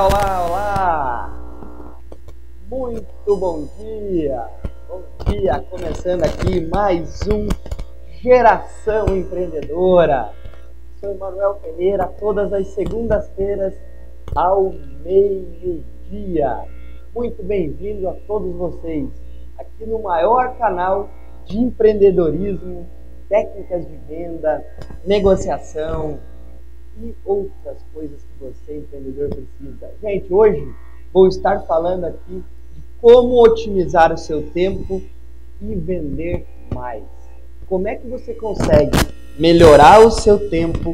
Olá, olá! Muito bom dia! Bom dia! Começando aqui mais um Geração Empreendedora. Sou Emanuel Pereira, todas as segundas-feiras ao meio-dia. Muito bem-vindo a todos vocês aqui no maior canal de empreendedorismo, técnicas de venda, negociação e outras coisas que você, empreendedor, precisa. Gente, hoje vou estar falando aqui de como otimizar o seu tempo e vender mais. Como é que você consegue melhorar o seu tempo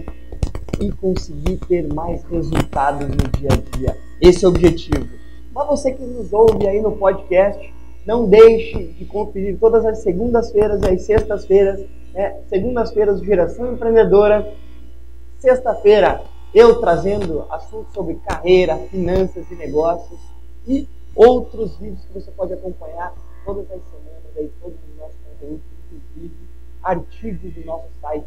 e conseguir ter mais resultados no dia a dia? Esse é o objetivo. Mas você que nos ouve aí no podcast, não deixe de conferir todas as segundas-feiras e as sextas-feiras, segundas-feiras de Geração Empreendedora. Sexta-feira, eu trazendo assuntos sobre carreira, finanças e negócios e outros vídeos que você pode acompanhar todas as semanas, aí, todos os nossos conteúdos, inclusive artigos do nosso site,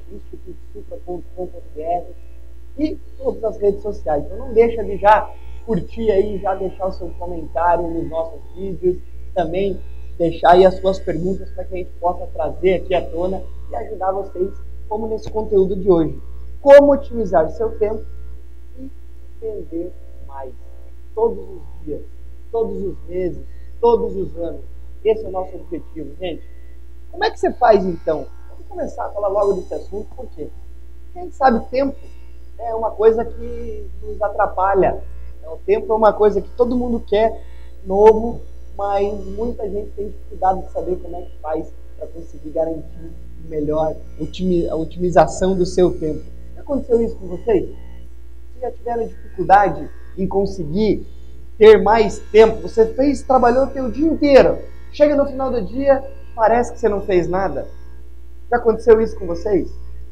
institutosupra.com.br e todas as redes sociais. Então não deixa de já curtir aí, já deixar o seu comentário nos nossos vídeos, também deixar aí as suas perguntas para que a gente possa trazer aqui à tona e ajudar vocês, como nesse conteúdo de hoje. Como otimizar seu tempo e vender mais. Todos os dias, todos os meses, todos os anos. Esse é o nosso objetivo, gente. Como é que você faz, então? Vamos começar a falar logo desse assunto, por quê? Porque a gente sabe que tempo é uma coisa que nos atrapalha. O tempo é uma coisa que todo mundo quer novo, mas muita gente tem dificuldade de saber como é que faz para conseguir garantir melhor a otimização do seu tempo. Aconteceu isso com vocês? Vocês já tiveram dificuldade em conseguir ter mais tempo? Você trabalhou o seu dia inteiro. Chega no final do dia, parece que você não fez nada. Já aconteceu isso com vocês?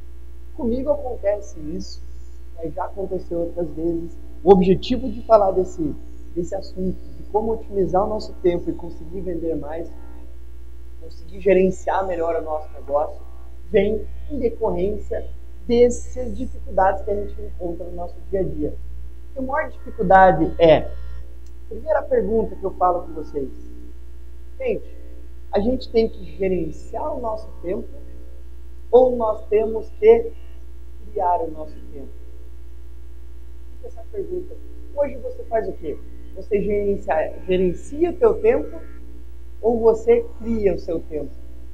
Comigo acontece isso, mas já aconteceu outras vezes. O objetivo de falar desse assunto, de como otimizar o nosso tempo e conseguir vender mais, conseguir gerenciar melhor o nosso negócio, vem em decorrência dessas dificuldades que a gente encontra no nosso dia a dia. A maior dificuldade é, primeira pergunta que eu falo com vocês, gente, a gente tem que gerenciar o nosso tempo ou nós temos que criar o nosso tempo? Fica essa pergunta. Hoje você faz o quê? Você gerencia o teu tempo ou você cria o seu tempo?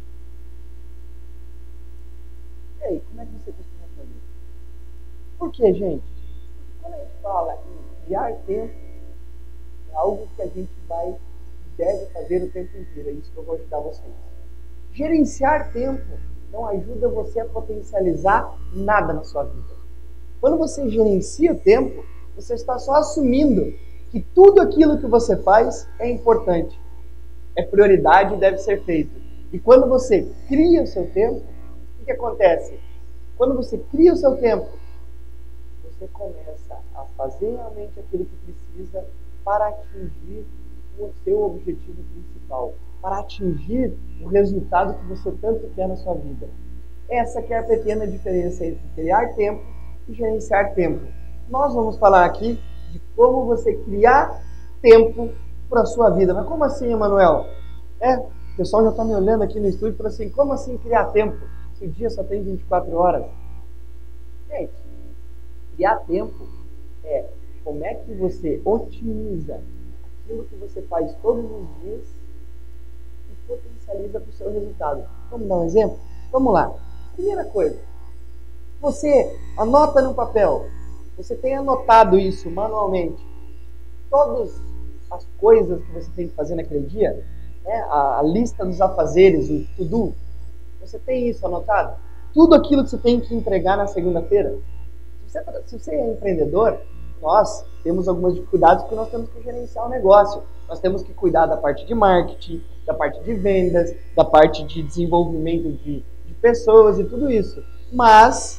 E aí, como é que você costuma fazer? Por quê, gente? Porque quando a gente fala em criar tempo, é algo que a gente deve fazer o tempo inteiro. É isso que eu vou ajudar vocês. Gerenciar tempo não ajuda você a potencializar nada na sua vida. Quando você gerencia o tempo, você está só assumindo que tudo aquilo que você faz é importante, é prioridade e deve ser feito. E quando você cria o seu tempo, o que acontece? Quando você cria o seu tempo, você começa a fazer realmente aquilo que precisa para atingir o seu objetivo principal, para atingir o resultado que você tanto quer na sua vida. Essa que é a pequena diferença entre criar tempo e gerenciar tempo. Nós vamos falar aqui de como você criar tempo para a sua vida. Mas como assim, Emanuel? O pessoal já está me olhando aqui no estúdio e falando assim, como assim criar tempo? Se o dia só tem 24 horas. Gente, criar tempo é como é que você otimiza aquilo que você faz todos os dias e potencializa para o seu resultado. Vamos dar um exemplo? Vamos lá. Primeira coisa, você anota no papel, você tem anotado isso manualmente, todas as coisas que você tem que fazer naquele dia, a lista dos afazeres, o to-do, você tem isso anotado? Tudo aquilo que você tem que entregar na segunda-feira? Se você é empreendedor, nós temos algumas dificuldades porque nós temos que gerenciar o negócio. Nós temos que cuidar da parte de marketing, da parte de vendas, da parte de desenvolvimento de pessoas e tudo isso. Mas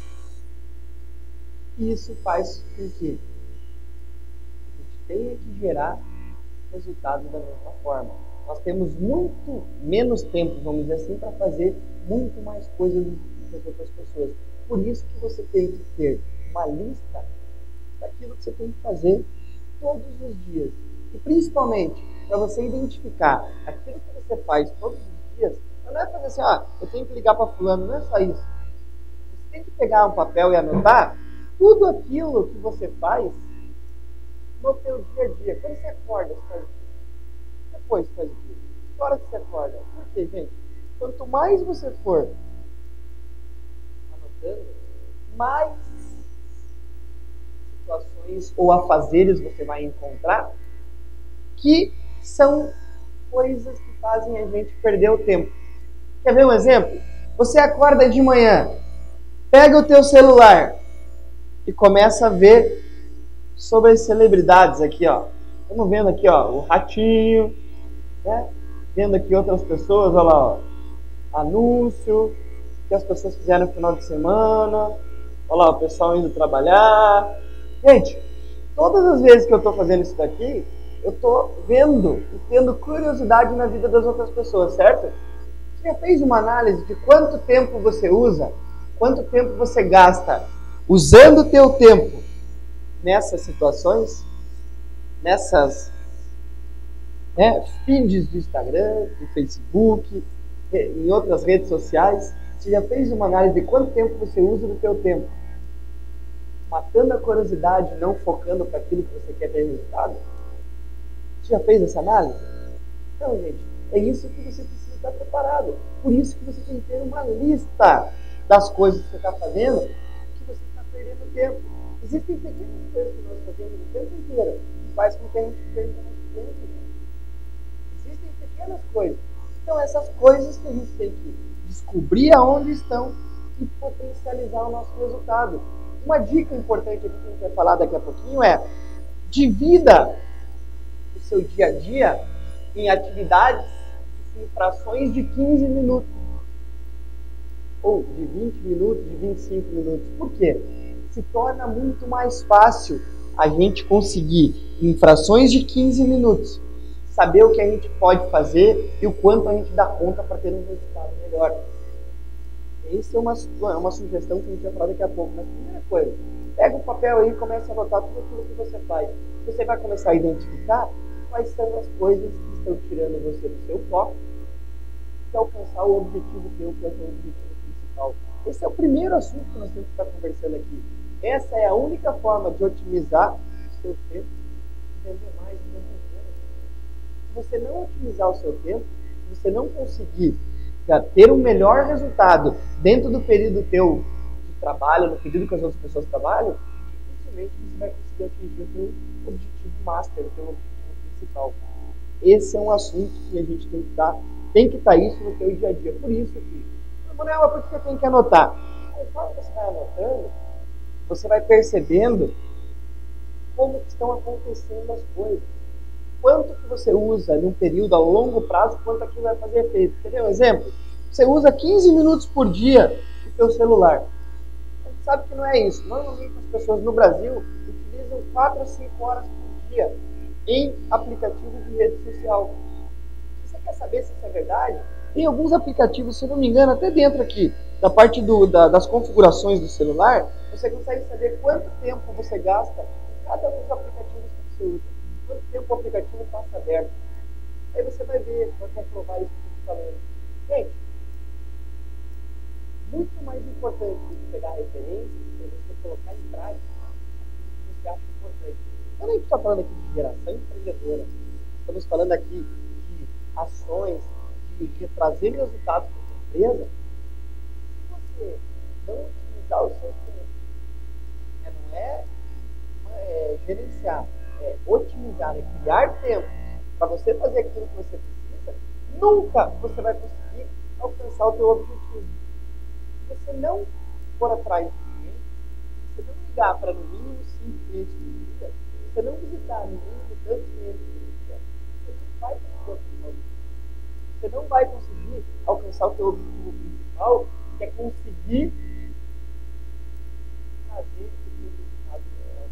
isso faz com que a gente tenha que gerar resultados da mesma forma. Nós temos muito menos tempo, vamos dizer assim, para fazer muito mais coisas do que as outras pessoas. Por isso que você tem que ter uma lista daquilo que você tem que fazer todos os dias. E principalmente, para você identificar aquilo que você faz todos os dias, não é fazer assim, eu tenho que ligar para fulano, não é só isso. Você tem que pegar um papel e anotar tudo aquilo que você faz no teu dia a dia. Quando você acorda, você faz o quê? Depois você faz o quê? Que hora que você acorda? Por quê, gente? Quanto mais você for anotando, mais situações ou afazeres você vai encontrar que são coisas que fazem a gente perder o tempo. Quer ver um exemplo? Você acorda de manhã, pega o teu celular e começa a ver sobre as celebridades aqui, ó. Estamos vendo aqui, ó, o Ratinho, né? Vendo aqui outras pessoas, olha lá, ó, anúncio que as pessoas fizeram no final de semana, olha lá, o pessoal indo trabalhar. Gente, todas as vezes que eu estou fazendo isso daqui, eu estou vendo e tendo curiosidade na vida das outras pessoas, certo? Você já fez uma análise de quanto tempo você usa, quanto tempo você gasta usando o teu tempo nessas situações, nessas feeds do Instagram, do Facebook, em outras redes sociais? Você já fez uma análise de quanto tempo você usa do teu tempo matando a curiosidade, não focando para aquilo que você quer ter resultado? Você já fez essa análise? Então, gente, é isso que você precisa estar preparado. Por isso que você tem que ter uma lista das coisas que você está fazendo, que você está perdendo tempo. Existem pequenas coisas que nós fazemos o tempo inteiro, que faz com que a gente perca o nosso tempo. Existem pequenas coisas. Então, essas coisas que a gente tem que descobrir aonde estão e potencializar o nosso resultado. Uma dica importante aqui que a gente vai falar daqui a pouquinho é: divida o seu dia a dia em atividades, em frações de 15 minutos. Ou de 20 minutos, de 25 minutos. Por quê? Se torna muito mais fácil a gente conseguir, em frações de 15 minutos, saber o que a gente pode fazer e o quanto a gente dá conta para ter um resultado melhor. Essa é uma sugestão que a gente vai falar daqui a pouco. Mas primeira coisa, pega um papel aí e começa a anotar tudo aquilo que você faz. Você vai começar a identificar quais são as coisas que estão tirando você do seu foco para alcançar o objetivo teu, que é o seu objetivo principal. Esse é o primeiro assunto que nós temos que estar conversando aqui. Essa é a única forma de otimizar o seu tempo e vender mais e vender menos. Se você não otimizar o seu tempo, se você não conseguir ter um melhor resultado dentro do período teu de trabalho, no período que as outras pessoas trabalham, dificilmente você vai conseguir atingir o teu objetivo master, o teu objetivo principal. Esse é um assunto que a gente tem que estar isso no teu dia a dia. Por isso que, Manuela, por que você tem que anotar? Conforme você vai anotando, você vai percebendo como estão acontecendo as coisas. Quanto que você usa num período a longo prazo, quanto aquilo vai fazer efeito. Quer ver um exemplo? Você usa 15 minutos por dia o seu celular. A gente sabe que não é isso. Normalmente as pessoas no Brasil utilizam 4 a 5 horas por dia em aplicativos de rede social. Se você quer saber se isso é verdade, tem alguns aplicativos, se não me engano, até dentro aqui, da parte das configurações do celular, você consegue saber quanto tempo você gasta em cada um dos aplicativos que você usa. Quanto tempo o aplicativo passa aberto. Aí você vai ver, vai comprovar isso que eu estou falando. Gente, muito mais importante do que pegar referência é você colocar em prática o que você acha importante. Quando a gente está falando aqui de geração empreendedora, estamos falando aqui de ações, de trazer resultados para a empresa. Se você não utilizar o seu tempo, não é gerenciar, é otimizar, é criar tempo para você fazer aquilo que você precisa, nunca você vai conseguir alcançar o teu objetivo. Se você não for atrás de cliente, se você não ligar para no mínimo 5 clientes por dia, se você não visitar no mínimo tantos clientes por dia, você não vai conseguir alcançar o objetivo. Você não vai conseguir alcançar o teu objetivo principal, que é conseguir fazer o teu resultado melhor.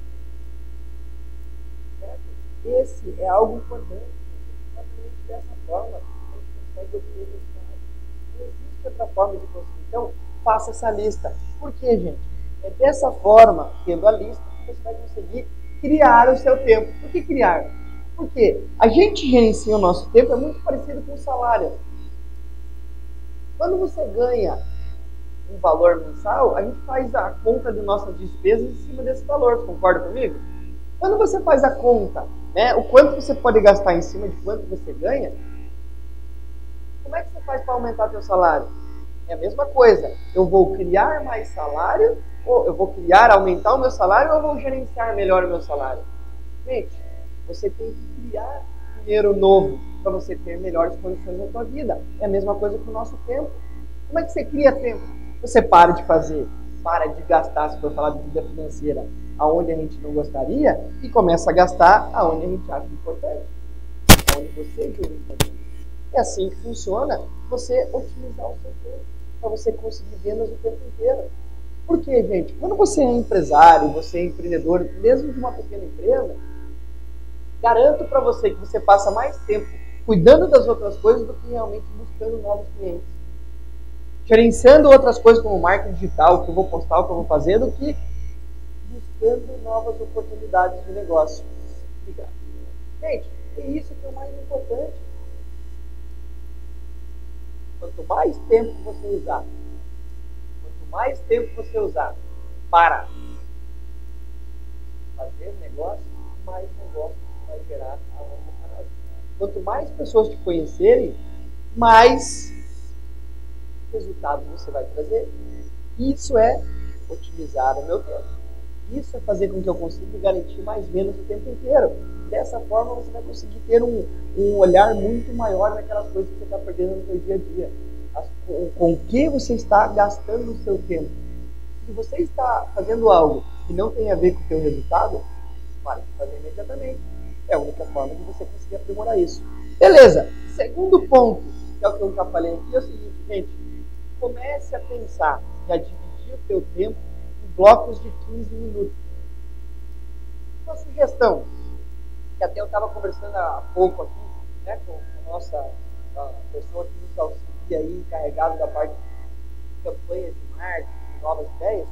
Certo? Esse é algo importante. Exatamente dessa forma a gente consegue obter resultados. Não existe outra forma de conseguir. Então, faça essa lista. Por quê, gente? É dessa forma, tendo a lista, que você vai conseguir criar o seu tempo. Por que criar? Porque a gente gerencia o nosso tempo, é muito parecido com o salário. Quando você ganha um valor mensal, a gente faz a conta de nossas despesas em cima desse valor. Você concorda comigo? Quando você faz a conta, né, o quanto você pode gastar em cima de quanto você ganha, como é que você faz para aumentar seu salário? É a mesma coisa. Eu vou criar mais salário, ou eu vou aumentar o meu salário, ou eu vou gerenciar melhor o meu salário? Gente, você tem que criar dinheiro novo para você ter melhores condições na sua vida. É a mesma coisa com o nosso tempo. Como é que você cria tempo? Você para de fazer, para de gastar, se for falar de vida financeira, aonde a gente não gostaria, e começa a gastar aonde a gente acha importante, aonde você julga importante. É assim que funciona você otimizar o seu tempo, para você conseguir vendas o tempo inteiro. Por quê, gente? Quando você é empresário, você é empreendedor, mesmo de uma pequena empresa, garanto para você que você passa mais tempo cuidando das outras coisas do que realmente buscando novos clientes. Gerenciando outras coisas como marketing digital, o que eu vou postar, o que eu vou fazer, do que buscando novas oportunidades de negócio. Obrigado. Gente, é isso que é o mais importante. Quanto mais tempo você usar, para fazer negócio, mais negócio você vai gerar a longo prazo. Quanto mais pessoas te conhecerem, mais resultados você vai trazer. Isso é otimizar o meu tempo. Isso é fazer com que eu consiga garantir mais vendas o tempo inteiro. Dessa forma você vai conseguir ter um olhar muito maior naquelas coisas que você está perdendo no seu dia a dia. Com o que você está gastando o seu tempo. Se você está fazendo algo que não tem a ver com o seu resultado, pare de fazer imediatamente. É a única forma de você conseguir aprimorar isso. Beleza. Segundo ponto, que é o que eu já falei aqui, é o seguinte, gente. Comece a pensar e a dividir o seu tempo em blocos de 15 minutos. Uma sugestão, que até eu estava conversando há pouco aqui, né, com a nossa pessoa que nos auxilia aí, encarregado da parte de campanha de marketing, de novas ideias.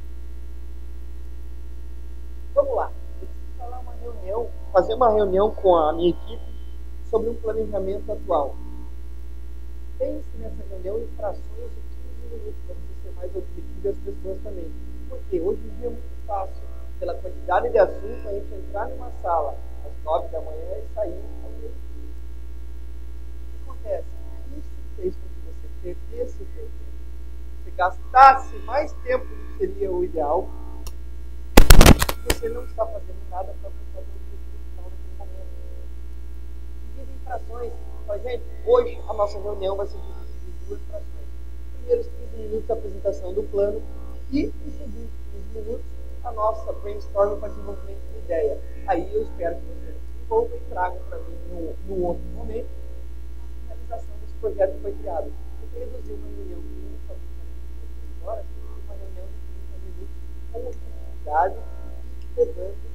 Vamos lá, eu preciso fazer uma reunião com a minha equipe sobre um planejamento atual. Pense nessa reunião em frações de 15 minutos para você ser mais objetivo e as pessoas também. Porque hoje em dia é muito fácil, pela quantidade de assuntos, a gente entrar numa sala às 9 da manhã e sair ao meio-dia. O que acontece? Isso fez com que você perdesse o seu tempo, você gastasse mais tempo do que seria o ideal, e você não está fazendo nada para alcançar o objetivo final naquele momento. Divida em frações. Mas, gente, hoje a nossa reunião vai ser dividida em duas frações. Primeiros 15 minutos a apresentação do plano e, em segundo 15 minutos, a nossa brainstorming para desenvolvimento de ideia. Aí eu espero que você desenvolva e traga para mim, num outro momento, a finalização desse projeto que foi criado. Eu reduzi uma reunião de inicialmente 3 horas, uma reunião de 30 minutos com objetividade e levando.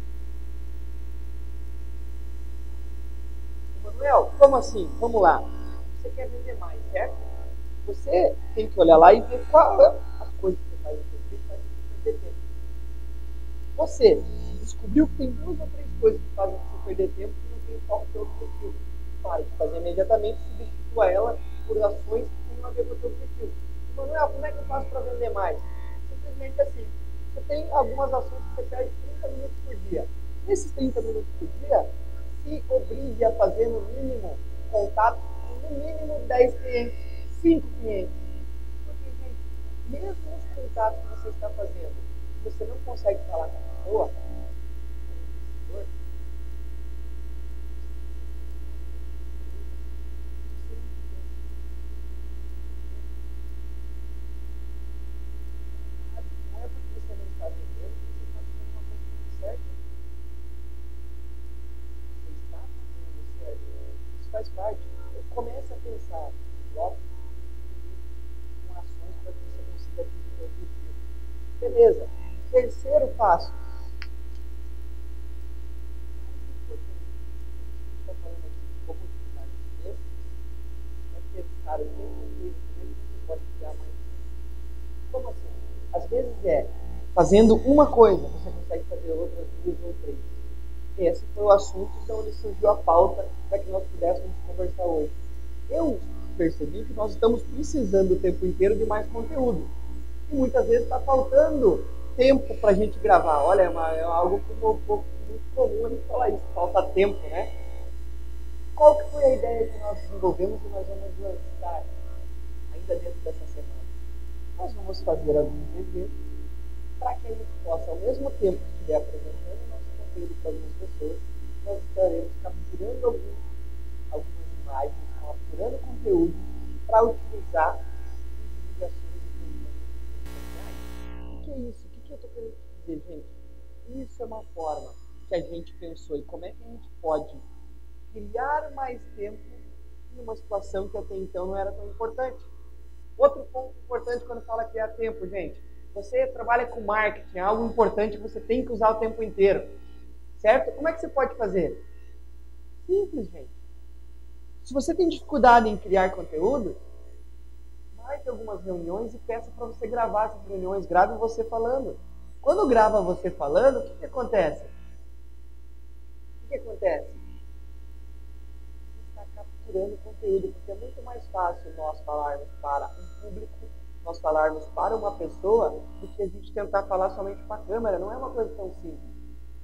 Manuel, como assim? Vamos lá. Você quer vender mais, certo? Você tem que olhar lá e ver qual é as coisas que você faz no seu dia para perder tempo. Você descobriu que tem 2 ou 3 coisas que fazem você perder tempo e não tem foco no seu objetivo. Pare de fazer imediatamente e substitua ela por ações que tenham a ver com o seu objetivo. Manuel, como é que eu faço para vender mais? Simplesmente assim. Você tem algumas ações que você perde 30 minutos por dia. Nesses 30 minutos por dia, se obrigue a fazer no mínimo contato com no mínimo 10 clientes, 5 clientes. Porque, gente, mesmo os contatos que você está fazendo, se você não consegue falar com a pessoa, não é porque você não está vendendo que você está fazendo uma coisa certa. Isso faz parte. Comece a pensar em blocos com ações para que você consiga atingir o seu objetivo. Beleza. Terceiro passo. Mais importante, a gente está falando aqui de como utilizar esse tempo, é pensar o tempo inteiro como é que você pode criar mais tempo. Como assim? Às vezes fazendo uma coisa, você consegue fazer outras 2 ou 3. Esse foi o assunto, então ele surgiu a pauta para que nós pudéssemos conversar hoje. Eu percebi que nós estamos precisando o tempo inteiro de mais conteúdo. E muitas vezes está faltando tempo para a gente gravar. Olha, é algo muito comum a gente falar isso, falta tempo, né? Qual que foi a ideia que nós desenvolvemos e nós vamos lançar ainda dentro dessa semana? Nós vamos fazer alguns eventos para que a gente possa, ao mesmo tempo que estiver apresentando o nosso conteúdo para algumas pessoas, nós estaremos capturando algumas imagens, capturando conteúdo para utilizar em divulgações e redes sociais. O que é isso? O que eu estou querendo dizer, gente? Isso é uma forma que a gente pensou e como é que a gente pode criar mais tempo em uma situação que até então não era tão importante. Outro ponto importante quando fala criar tempo, gente. Você trabalha com marketing, é algo importante que você tem que usar o tempo inteiro. Certo? Como é que você pode fazer? Simples, gente. Se você tem dificuldade em criar conteúdo, marque algumas reuniões e peça para você gravar essas reuniões. Grave você falando. Quando grava você falando, o que acontece? O que acontece? Você está capturando conteúdo, porque é muito mais fácil nós falarmos para um público, nós falarmos para uma pessoa, do que a gente tentar falar somente para a câmera. Não é uma coisa tão simples.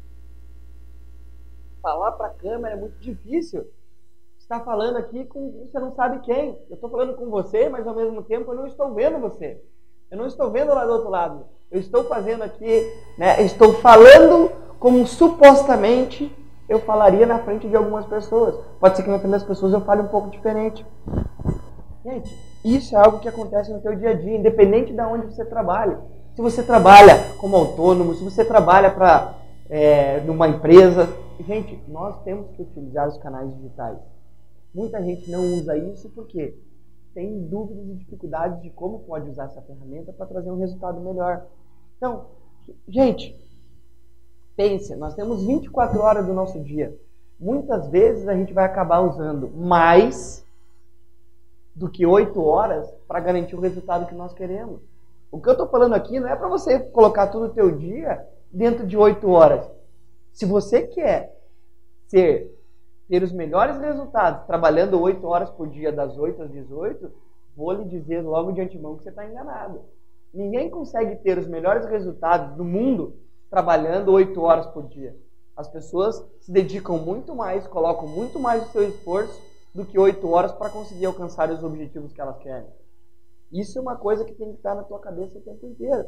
Falar para a câmera é muito difícil. Você está falando aqui com você não sabe quem. Eu estou falando com você, mas ao mesmo tempo eu não estou vendo você. Eu não estou vendo lá do outro lado. Eu estou fazendo aqui, né? Eu estou falando como supostamente eu falaria na frente de algumas pessoas. Pode ser que na frente das pessoas eu fale um pouco diferente. Gente, isso é algo que acontece no teu dia a dia, independente de onde você trabalha. Se você trabalha como autônomo, se você trabalha numa empresa, gente, nós temos que utilizar os canais digitais. Muita gente não usa isso porque tem dúvidas e dificuldades de como pode usar essa ferramenta para trazer um resultado melhor. Então, gente, pense, nós temos 24 horas do nosso dia. Muitas vezes a gente vai acabar usando mais do que 8 horas para garantir o resultado que nós queremos. O que eu estou falando aqui não é para você colocar todo o teu dia dentro de 8 horas. Se você quer ter os melhores resultados trabalhando 8 horas por dia, das 8 às 18, vou lhe dizer logo de antemão que você está enganado. Ninguém consegue ter os melhores resultados do mundo trabalhando 8 horas por dia. As pessoas se dedicam muito mais, colocam muito mais o seu esforço do que 8 horas para conseguir alcançar os objetivos que elas querem. Isso é uma coisa que tem que estar na tua cabeça o tempo inteiro.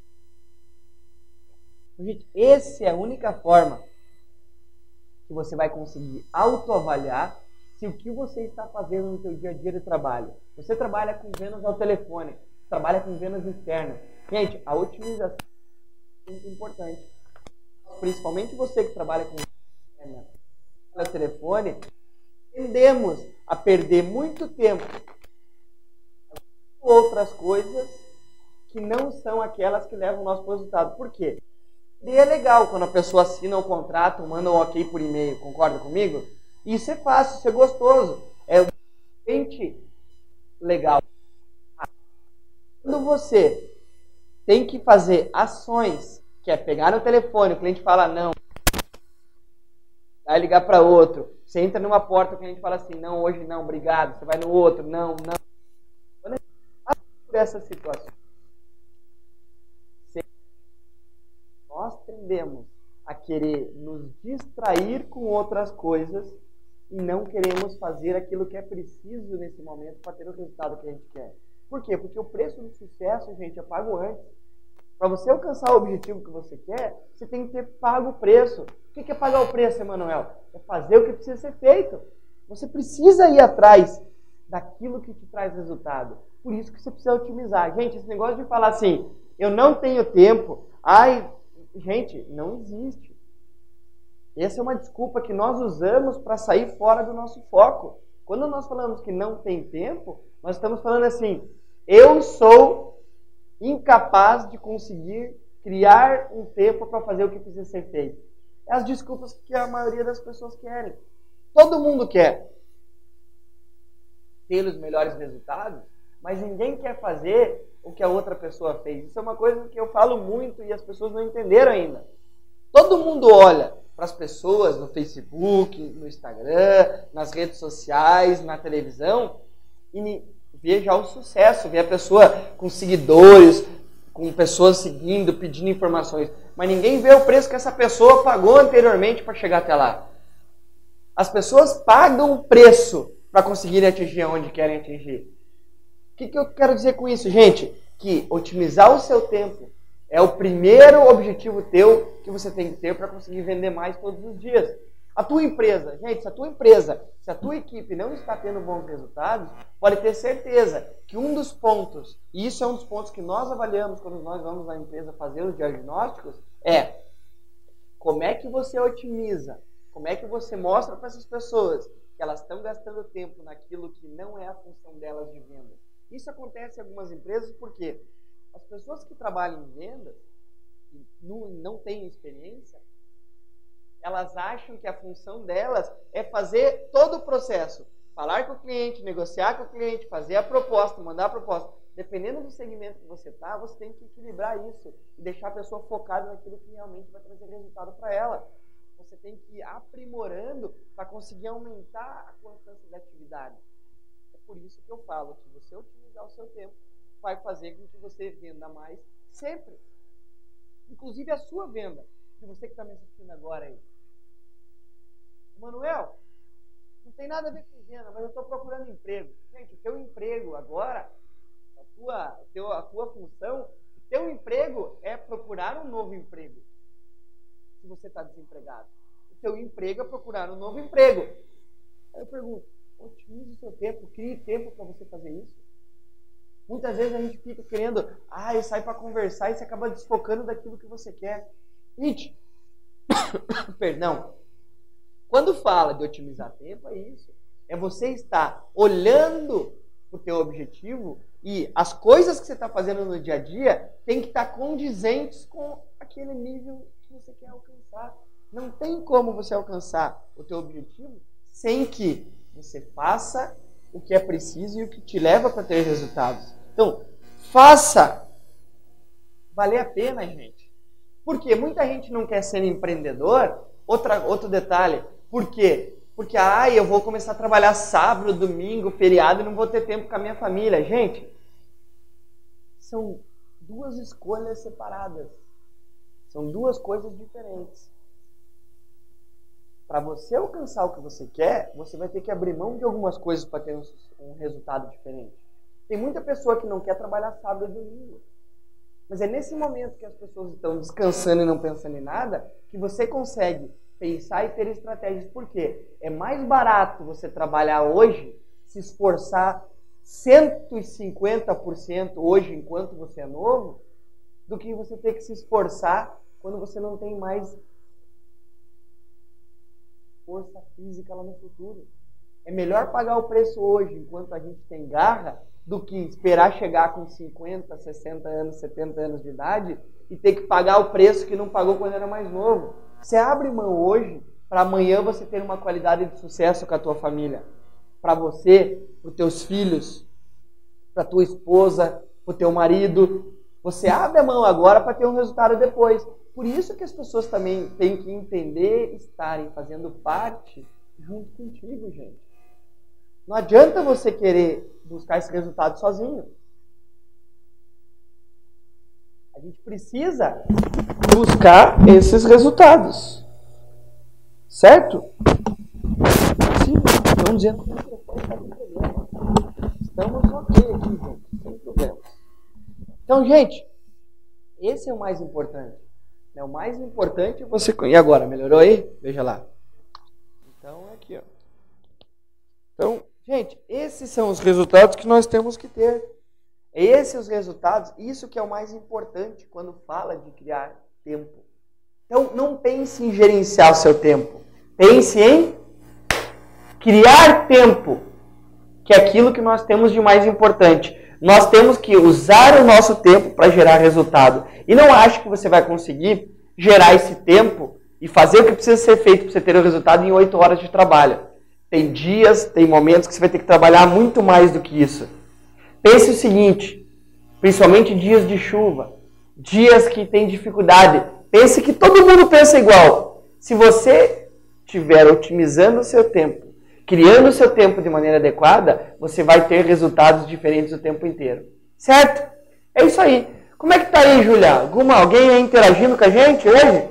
Gente, essa é a única forma que você vai conseguir autoavaliar se o que você está fazendo no seu dia a dia de trabalho. Você trabalha com vendas ao telefone, trabalha com vendas externas. Gente, a otimização é muito importante. Principalmente você que trabalha com vendas ao telefone, tendemos a perder muito tempo com outras coisas que não são aquelas que levam o nosso resultado. Por quê? E é legal quando a pessoa assina o contrato, manda um ok por e-mail, concorda comigo? Isso é fácil, isso é gostoso. É realmente legal. Quando você tem que fazer ações, que é pegar no telefone, o cliente fala não, vai ligar para outro, você entra numa porta, o cliente fala assim, não, hoje não, obrigado, você vai no outro, não. Quando a gente passa por essa situação, nós tendemos a querer nos distrair com outras coisas e não queremos fazer aquilo que é preciso nesse momento para ter o resultado que a gente quer. Por quê? Porque o preço do sucesso, gente, é pago antes. Para você alcançar o objetivo que você quer, você tem que ter pago o preço. O que é pagar o preço, Emanuel? É fazer o que precisa ser feito. Você precisa ir atrás daquilo que te traz resultado. Por isso que você precisa otimizar. Gente, esse negócio de falar assim, eu não tenho tempo, gente, não existe. Essa é uma desculpa que nós usamos para sair fora do nosso foco. Quando nós falamos que não tem tempo, nós estamos falando assim, eu sou incapaz de conseguir criar um tempo para fazer o que precisa ser feito. É as desculpas que a maioria das pessoas querem. Todo mundo quer ter os melhores resultados, mas ninguém quer fazer o que a outra pessoa fez. Isso é uma coisa que eu falo muito e as pessoas não entenderam ainda. Todo mundo olha para as pessoas no Facebook, no Instagram, nas redes sociais, na televisão e vê já o sucesso, vê a pessoa com seguidores, com pessoas seguindo, pedindo informações. Mas ninguém vê o preço que essa pessoa pagou anteriormente para chegar até lá. As pessoas pagam o preço para conseguirem atingir onde querem atingir. O que eu quero dizer com isso, gente? Que otimizar o seu tempo é o primeiro objetivo teu que você tem que ter para conseguir vender mais todos os dias. A tua empresa, gente, se a tua equipe não está tendo bons resultados, pode ter certeza que um dos pontos, e isso é um dos pontos que nós avaliamos quando nós vamos na empresa fazer os diagnósticos, é como é que você otimiza, como é que você mostra para essas pessoas que elas estão gastando tempo naquilo que não é a função delas de venda. Isso acontece em algumas empresas porque as pessoas que trabalham em vendas e não têm experiência, elas acham que a função delas é fazer todo o processo. Falar com o cliente, negociar com o cliente, fazer a proposta, mandar a proposta. Dependendo do segmento que você está, você tem que equilibrar isso e deixar a pessoa focada naquilo que realmente vai trazer resultado para ela. Você tem que ir aprimorando para conseguir aumentar a constância da atividade. É por isso que eu falo que você otimizar o seu tempo vai fazer com que você venda mais sempre. Inclusive a sua venda. E você que está me assistindo agora aí. Manuel, não tem nada a ver com venda, mas eu estou procurando emprego. Gente, o teu emprego agora, a tua função, o teu emprego é procurar um novo emprego. Se você está desempregado. O teu emprego é procurar um novo emprego. Aí eu pergunto, otimize o seu tempo, crie tempo para você fazer isso. Muitas vezes a gente fica querendo, sai para conversar e você acaba desfocando daquilo que você quer. Gente, perdão. Quando fala de otimizar tempo, é isso. É você estar olhando o teu objetivo e as coisas que você está fazendo no dia a dia tem que estar condizentes com aquele nível que você quer alcançar. Não tem como você alcançar o teu objetivo sem que você faça o que é preciso e o que te leva para ter resultados. Então, faça valer a pena, gente. Porque muita gente não quer ser empreendedor. Outro detalhe. Por quê? Porque, eu vou começar a trabalhar sábado, domingo, feriado e não vou ter tempo com a minha família. Gente, são duas escolhas separadas. São duas coisas diferentes. Para você alcançar o que você quer, você vai ter que abrir mão de algumas coisas para ter um resultado diferente. Tem muita pessoa que não quer trabalhar sábado e domingo. Mas é nesse momento que as pessoas estão descansando e não pensando em nada, que você consegue pensar e ter estratégias. Por quê? É mais barato você trabalhar hoje, se esforçar 150% hoje, enquanto você é novo, do que você ter que se esforçar quando você não tem mais força física lá no futuro. É melhor pagar o preço hoje, enquanto a gente tem garra, do que esperar chegar com 50, 60 anos, 70 anos de idade e ter que pagar o preço que não pagou quando era mais novo. Você abre mão hoje para amanhã você ter uma qualidade de sucesso com a tua família. Para você, para os teus filhos, para a tua esposa, para o teu marido. Você abre a mão agora para ter um resultado depois. Por isso que as pessoas também têm que entender estarem fazendo parte junto contigo, gente. Não adianta você querer buscar esse resultado sozinho. A gente precisa buscar esses resultados. Certo? Sim, estão dizendo que o microfone está com problema. Estamos ok aqui, gente, sem problemas. Então, gente, esse é o mais importante. O mais importante é você... E agora, melhorou aí? Veja lá. Então, aqui, ó. Então, gente, esses são os resultados que nós temos que ter. Esses os resultados, isso que é o mais importante quando fala de criar tempo. Então, não pense em gerenciar o seu tempo. Pense em criar tempo, que é aquilo que nós temos de mais importante. Nós temos que usar o nosso tempo para gerar resultado. E não ache que você vai conseguir gerar esse tempo e fazer o que precisa ser feito para você ter o resultado em 8 horas de trabalho. Tem dias, tem momentos que você vai ter que trabalhar muito mais do que isso. Pense o seguinte, principalmente dias de chuva, dias que tem dificuldade, Pense que todo mundo pensa igual. Se você estiver otimizando o seu tempo, criando o seu tempo de maneira adequada, você vai ter resultados diferentes o tempo inteiro. Certo? É isso aí. Como é que tá aí, Júlia? Alguém aí interagindo com a gente hoje?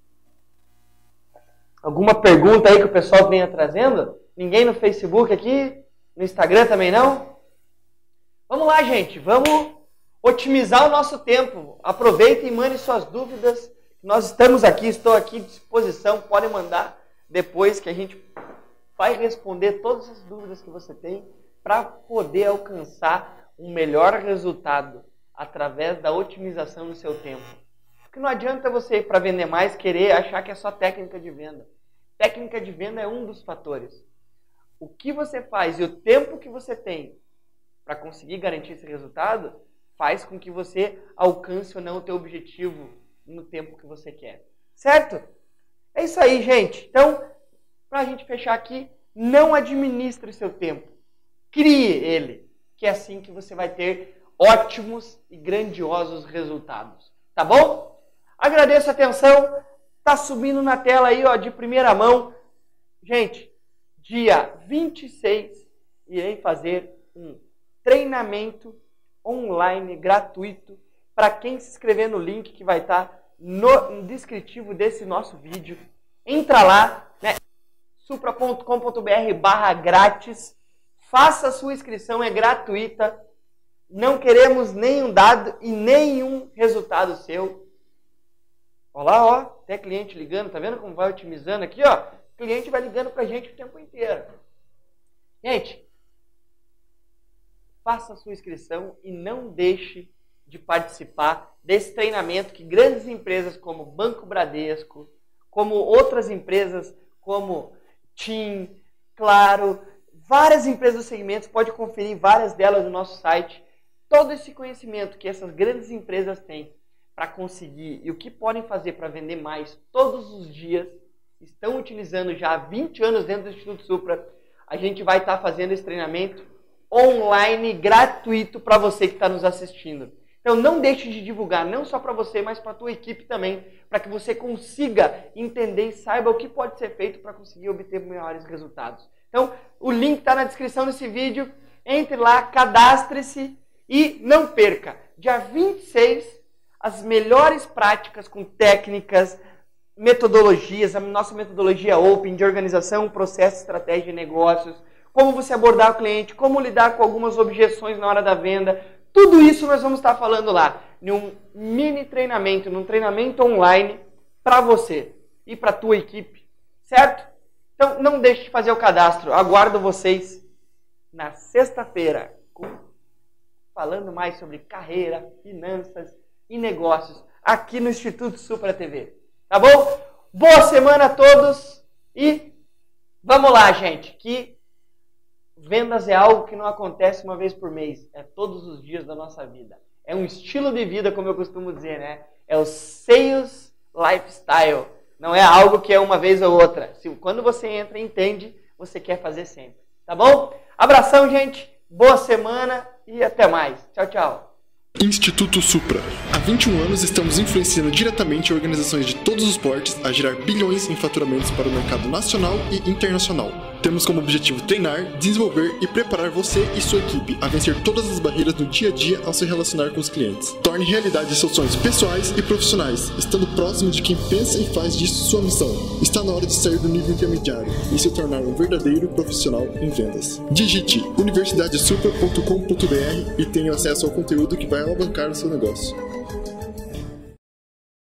Alguma pergunta aí que o pessoal venha trazendo? Ninguém no Facebook aqui? No Instagram também não? Vamos lá, gente. Vamos otimizar o nosso tempo. Aproveitem e mandem suas dúvidas. Nós estamos aqui, estou aqui à disposição. Podem mandar depois que a gente vai responder todas as dúvidas que você tem para poder alcançar um melhor resultado através da otimização do seu tempo. Porque não adianta você ir para vender mais querer achar que é só técnica de venda. Técnica de venda é um dos fatores. O que você faz e o tempo que você tem para conseguir garantir esse resultado faz com que você alcance ou não o teu objetivo no tempo que você quer. Certo? É isso aí, gente. Então, para a gente fechar aqui, não administre o seu tempo. Crie ele, que é assim que você vai ter ótimos e grandiosos resultados. Tá bom? Agradeço a atenção. Tá subindo na tela aí, ó, de primeira mão. Gente, dia 26, irei fazer um treinamento online gratuito para quem se inscrever no link que vai estar no descritivo desse nosso vídeo. Entra lá, né? supra.com.br/grátis. Faça a sua inscrição, é gratuita. Não queremos nenhum dado e nenhum resultado seu. Olha lá, ó, até cliente ligando, tá vendo como vai otimizando aqui, ó? O cliente vai ligando pra gente o tempo inteiro. Gente, faça a sua inscrição e não deixe de participar desse treinamento que grandes empresas como Banco Bradesco, como outras empresas como TIM, Claro, várias empresas do segmento, pode conferir várias delas no nosso site. Todo esse conhecimento que essas grandes empresas têm para conseguir e o que podem fazer para vender mais todos os dias, estão utilizando já há 20 anos dentro do Instituto Supra. A gente vai estar fazendo esse treinamento online gratuito para você que está nos assistindo. Então não deixe de divulgar, não só para você, mas para a tua equipe também, para que você consiga entender e saiba o que pode ser feito para conseguir obter melhores resultados. Então o link está na descrição desse vídeo, entre lá, cadastre-se e não perca. Dia 26, as melhores práticas com técnicas, metodologias, a nossa metodologia Open de organização, processo, estratégia e negócios, como você abordar o cliente, como lidar com algumas objeções na hora da venda. Tudo isso nós vamos estar falando lá, em um mini treinamento, num treinamento online para você e para a tua equipe, certo? Então não deixe de fazer o cadastro, aguardo vocês na sexta-feira, falando mais sobre carreira, finanças e negócios aqui no Instituto Supra TV. Tá bom? Boa semana a todos e vamos lá, gente, que vendas é algo que não acontece uma vez por mês, é todos os dias da nossa vida. É um estilo de vida, como eu costumo dizer, né? É o Sales Lifestyle. Não é algo que é uma vez ou outra. Quando você entra e entende, você quer fazer sempre. Tá bom? Abração, gente. Boa semana e até mais. Tchau, tchau. Instituto Supra. Há 21 anos estamos influenciando diretamente organizações de todos os portes a gerar bilhões em faturamentos para o mercado nacional e internacional. Temos como objetivo treinar, desenvolver e preparar você e sua equipe a vencer todas as barreiras no dia a dia ao se relacionar com os clientes. Torne realidade seus sonhos pessoais e profissionais, estando próximo de quem pensa e faz disso sua missão. Está na hora de sair do nível intermediário e se tornar um verdadeiro profissional em vendas. Digite universidadesupra.com.br e tenha acesso ao conteúdo que vai alavancar o seu negócio.